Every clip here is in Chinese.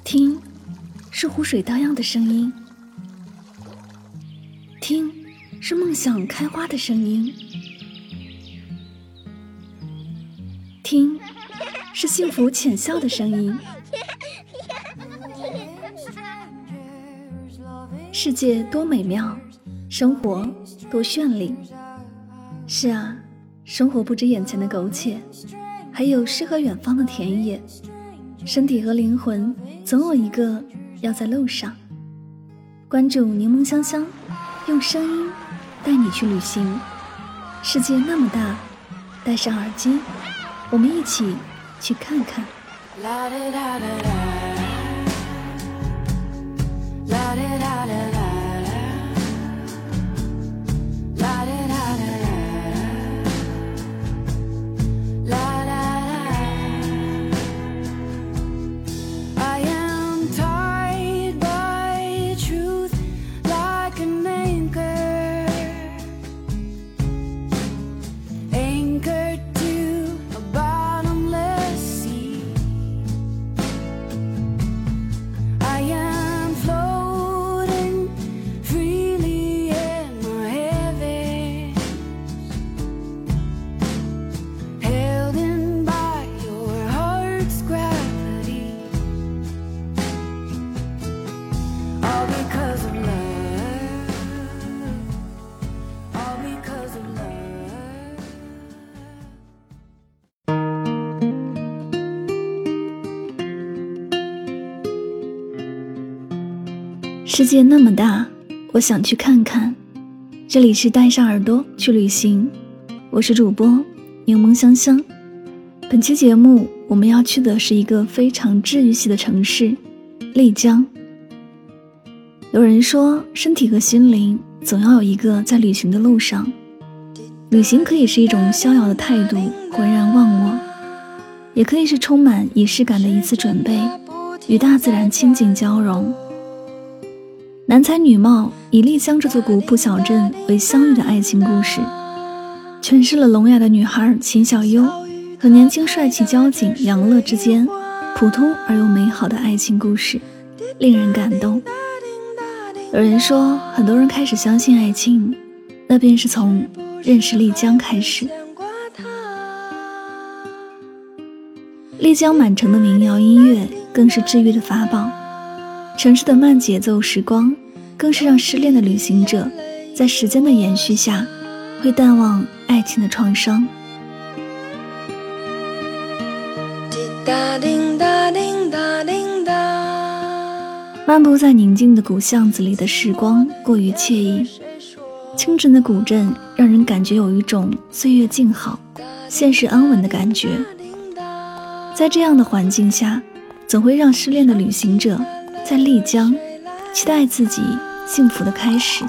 听，是湖水荡漾的声音；听，是梦想开花的声音；听，是幸福浅笑的声音。世界多美妙，生活多绚丽。是啊，生活不止眼前的苟且，还有诗和远方的田野。身体和灵魂总有一个要在路上。关注柠檬香香，用声音带你去旅行。世界那么大，戴上耳机，我们一起去看看。世界那么大，我想去看看。这里是带上耳朵去旅行，我是主播柠檬香香。本期节目我们要去的是一个非常治愈系的城市——丽江。有人说，身体和心灵总要有一个在旅行的路上。旅行可以是一种逍遥的态度，浑然忘我，也可以是充满仪式感的一次准备，与大自然亲近交融。男才女貌，以丽江这座古朴小镇为相遇的爱情故事，诠释了聋哑的女孩秦小优和年轻帅气交警杨乐之间普通而又美好的爱情故事，令人感动。有人说，很多人开始相信爱情，那便是从认识丽江开始。丽江满城的民谣音乐更是治愈的法宝，城市的慢节奏时光更是让失恋的旅行者在时间的延续下会淡忘爱情的创伤。漫步在宁静的古巷子里的时光过于惬意，清晨的古镇让人感觉有一种岁月静好，现实安稳的感觉。在这样的环境下，总会让失恋的旅行者在丽江期待自己幸福的开始。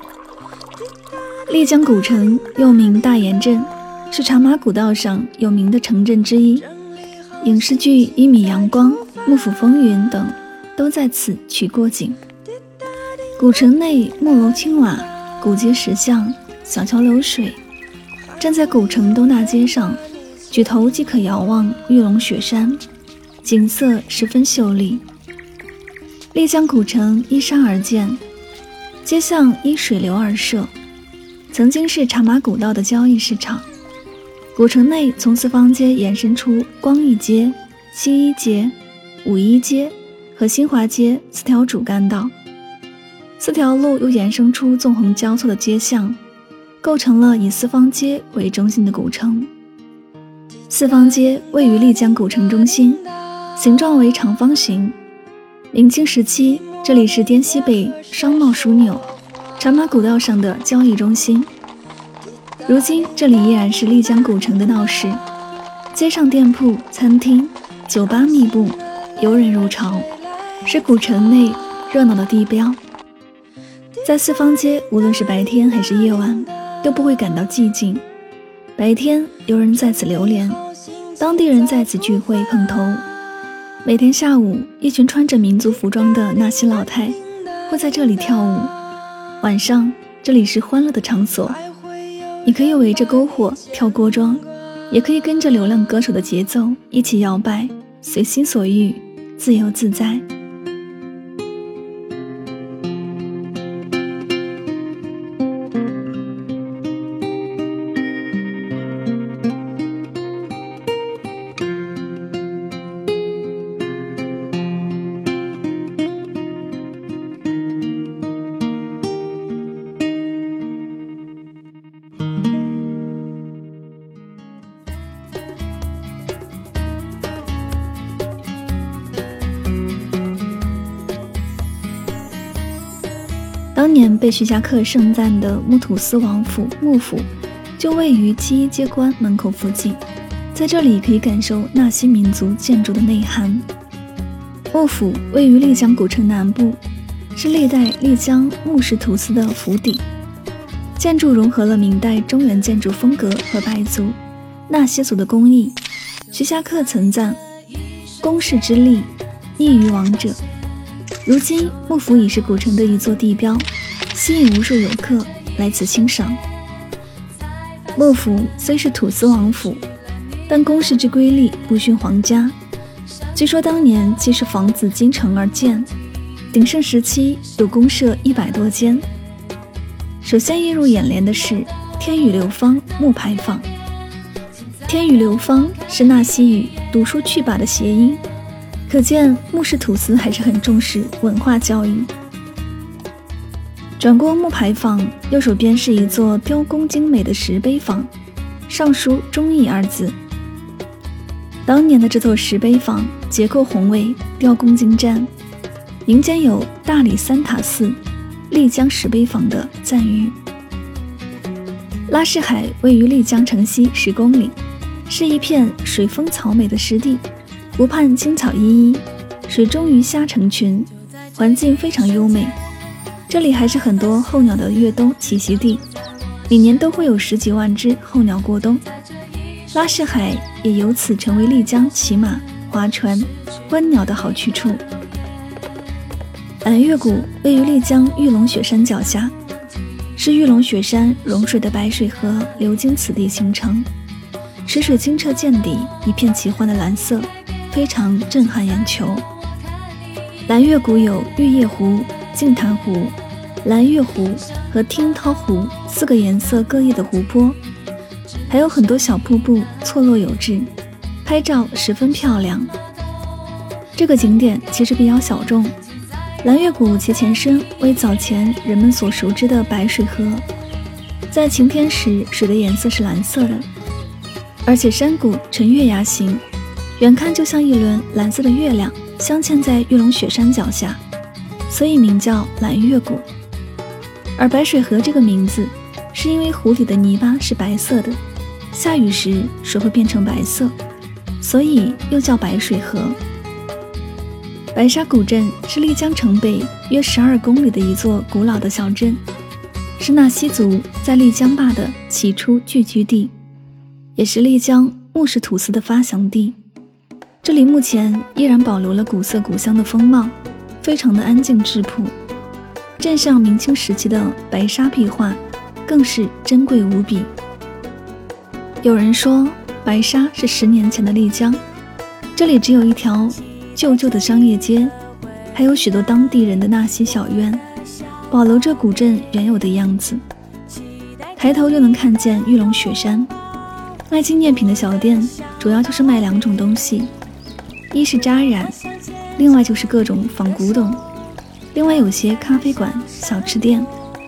丽江古城又名大研镇，是茶马古道上有名的城镇之一。影视剧《一米阳光》《幕府风云》等都在此取过景。古城内木楼青瓦，古街石巷，小桥流水。站在古城东大街上，举头即可遥望玉龙雪山，景色十分秀丽。丽江古城依山而建，街巷依水流而设，曾经是茶马古道的交易市场。古城内从四方街延伸出光义街、西一街、五一街和新华街四条主干道，四条路又延伸出纵横交错的街巷，构成了以四方街为中心的古城。四方街位于丽江古城中心，形状为长方形。明清时期，这里是滇西北商贸枢纽，茶马古道上的交易中心。如今这里依然是丽江古城的闹市，街上店铺、餐厅、酒吧密布，游人如潮，是古城内热闹的地标。在四方街，无论是白天还是夜晚，都不会感到寂静。白天有人在此流连，当地人在此聚会碰头。每天下午，一群穿着民族服装的纳西老太会在这里跳舞。晚上，这里是欢乐的场所，你可以围着篝火跳锅庄，也可以跟着流浪歌手的节奏一起摇摆，随心所欲，自由自在。 当年被徐霞客盛赞的木土司王府幕府，就位于七一街关门口附近，在这里可以感受纳西民族建筑的内涵。幕府位于丽江古城南部，是历代丽江木氏土司的府邸，建筑融合了明代中原建筑风格和白族、纳西族的工艺。徐霞客曾赞宫室之丽，异于往者。如今幕府已是古城的一座地标，吸引无数游客来此欣赏。幕府虽是土司王府，但宫室之瑰丽不逊皇家。据说当年既是仿紫禁城而建，鼎盛时期有宫舍100多间。首先映入眼帘的是天宇流芳木牌坊。天宇流芳是纳西语读书去吧的谐音，可见木氏土司还是很重视文化教育。转过木牌坊，右手边是一座雕工精美的石碑坊，上书忠义2字。当年的这座石碑坊结构宏伟，雕工精湛，民间有大理三塔寺、丽江石碑坊的赞誉。拉市海位于丽江城西10公里，是一片水丰草美的湿地，湖畔青草依依，水中鱼虾成群，环境非常优美。这里还是很多候鸟的越冬栖息地，每年都会有10几万只候鸟过冬。拉市海也由此成为丽江骑马、划船、观鸟的好去处。蓝月谷位于丽江玉龙雪山脚下，是玉龙雪山融水的白水河流经此地形成，池水清澈见底，一片奇幻的蓝色，非常震撼眼球。蓝月谷有玉叶湖、净潭湖、蓝月湖和听涛湖4个颜色各异的湖泊，还有很多小瀑布错落有致，拍照十分漂亮。这个景点其实比较小众，蓝月谷其前身为早前人们所熟知的白水河，在晴天时水的颜色是蓝色的，而且山谷呈月牙形，远看就像一轮蓝色的月亮镶嵌在玉龙雪山脚下，所以名叫蓝月谷。而白水河这个名字是因为湖里的泥巴是白色的，下雨时水会变成白色，所以又叫白水河。白沙古镇是丽江城北约12公里的一座古老的小镇，是纳西族在丽江坝的起初聚居地，也是丽江木氏土司的发祥地。这里目前依然保留了古色古香的风貌，非常的安静质朴。镇上明清时期的白沙壁画更是珍贵无比。有人说白沙是10年前的丽江，这里只有一条旧旧的商业街，还有许多当地人的纳西小院，保留着古镇原有的样子。抬头就能看见玉龙雪山。卖纪念品的小店主要就是卖2种东西，一是扎染，另外就是各种仿古董，另外有些咖啡馆、小吃店。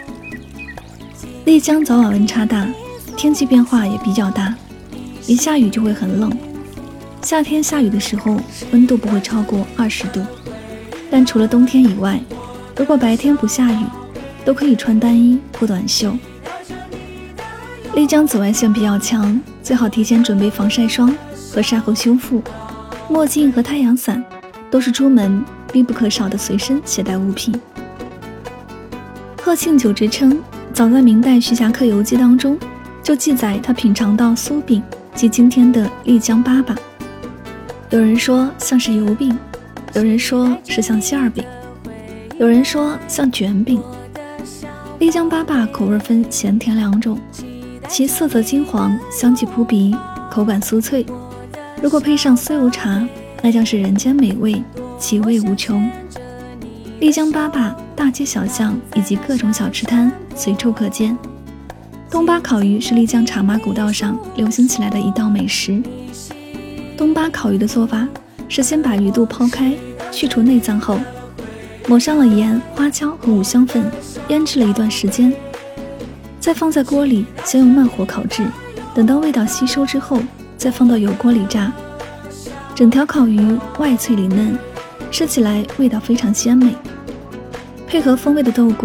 丽江早晚温差大，天气变化也比较大，一下雨就会很冷。夏天下雨的时候温度不会超过20度，但除了冬天以外，如果白天不下雨，都可以穿单衣或短袖。丽江紫外线比较强，最好提前准备防晒霜和晒后修复。墨镜和太阳伞都是出门必不可少的随身携带物品。贺庆酒之称早在明代徐霞客游记当中就记载他品尝到酥饼及今天的丽江粑粑，有人说像是油饼，有人说是像馅儿饼，有人说像卷饼。丽江粑粑口味分咸甜2种，其色泽金黄，香气扑鼻，口感酥脆，如果配上酥油茶，那将是人间美味，其味无穷。丽江粑粑大街小巷以及各种小吃摊随处可见。东巴烤鱼是丽江茶马古道上流行起来的一道美食。东巴烤鱼的做法是先把鱼肚抛开，去除内脏后，抹上了盐、花椒和五香粉，腌制了一段时间，再放在锅里先用慢火烤制，等到味道吸收之后再放到油锅里炸。整条烤鱼外脆里嫩，吃起来味道非常鲜美，配合风味的豆鼓，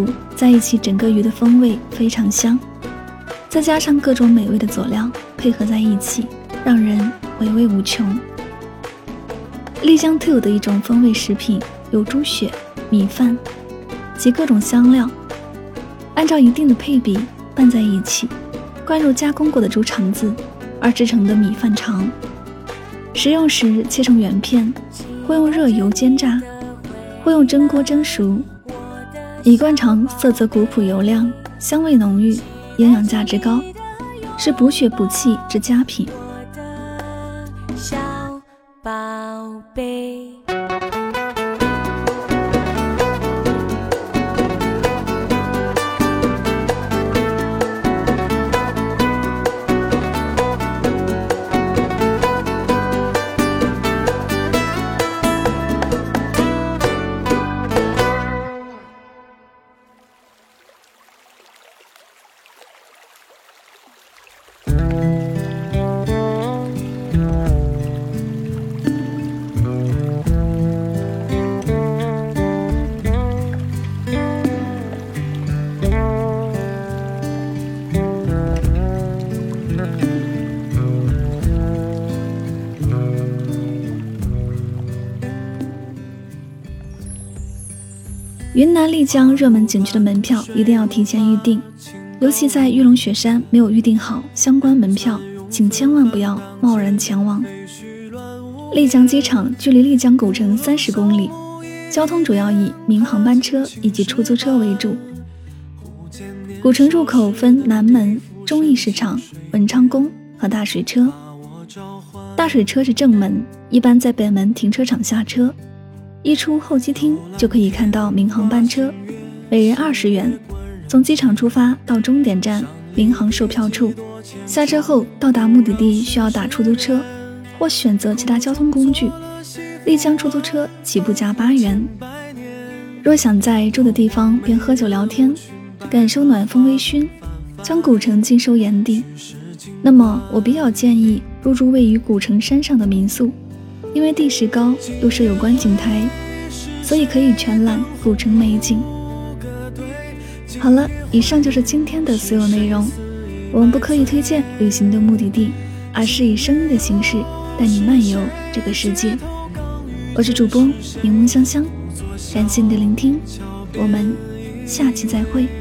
在一起整个鱼的风味非常香，再加上各种美味的佐料配合在一起，让人回味无穷。丽江特有的一种风味食品有猪血、米饭及各种香料，按照一定的配比拌在一起，灌入加工过的猪肠子而制成的米饭肠。食用时切成圆片，或用热油煎炸，或用蒸锅蒸熟。米灌肠色泽古朴油亮，香味浓郁，营养价值高，是补血补气之佳品。 小宝贝。 云南丽江热门景区的门票一定要提前预订，尤其在玉龙雪山没有预订好相关门票，请千万不要贸然前往。丽江机场距离丽江古城30公里，交通主要以民航班车以及出租车为主。古城入口分南门、忠义市场、文昌宫和大水车。大水车是正门，一般在北门停车场下车，一出候机厅就可以看到民航班车，每人20元，从机场出发到终点站民航售票处，下车后到达目的地需要打出租车或选择其他交通工具。丽江出租车起步价8元。若想在住的地方边喝酒聊天，感受暖风微醺，将古城尽收眼底，那么我比较建议入住位于古城山上的民宿，因为地势高又设有观景台，所以可以全览古城美景。好了，以上就是今天的所有内容。我们不刻意推荐旅行的目的地，而是以声音的形式带你漫游这个世界。我是主播柠檬香香，感谢你的聆听，我们下期再会。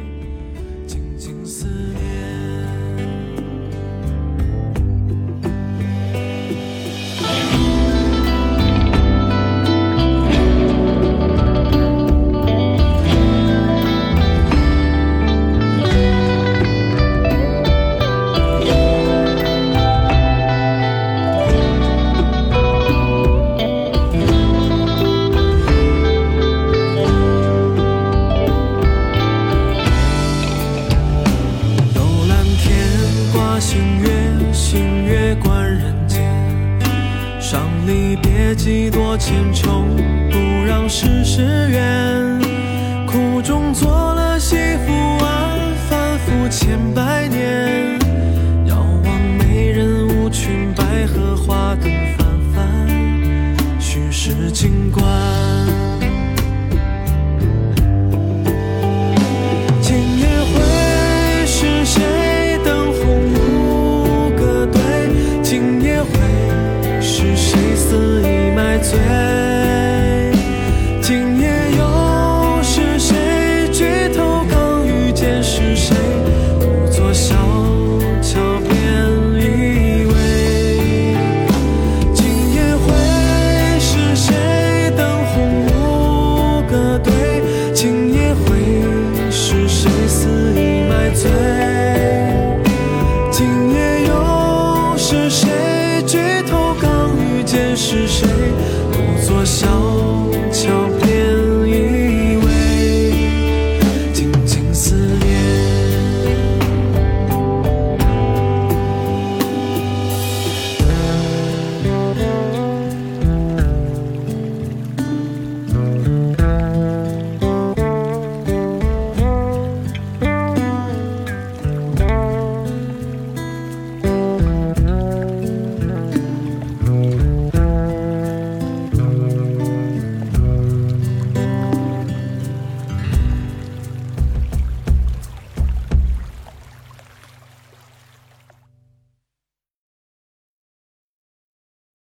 星月观人间，赏离别几多千愁，不让世事远。苦中作乐西湖岸，反复千百年。遥望美人舞裙，百合花灯纷纷，虚实景观。今夜会是谁灯红无歌对？今夜会是谁肆意买醉？今夜又是谁举头刚遇见是谁？故作小桥边依偎。今夜会是谁灯红无歌对？今夜会是谁肆意买醉？今夜又是谁举头刚遇见是谁？故作笑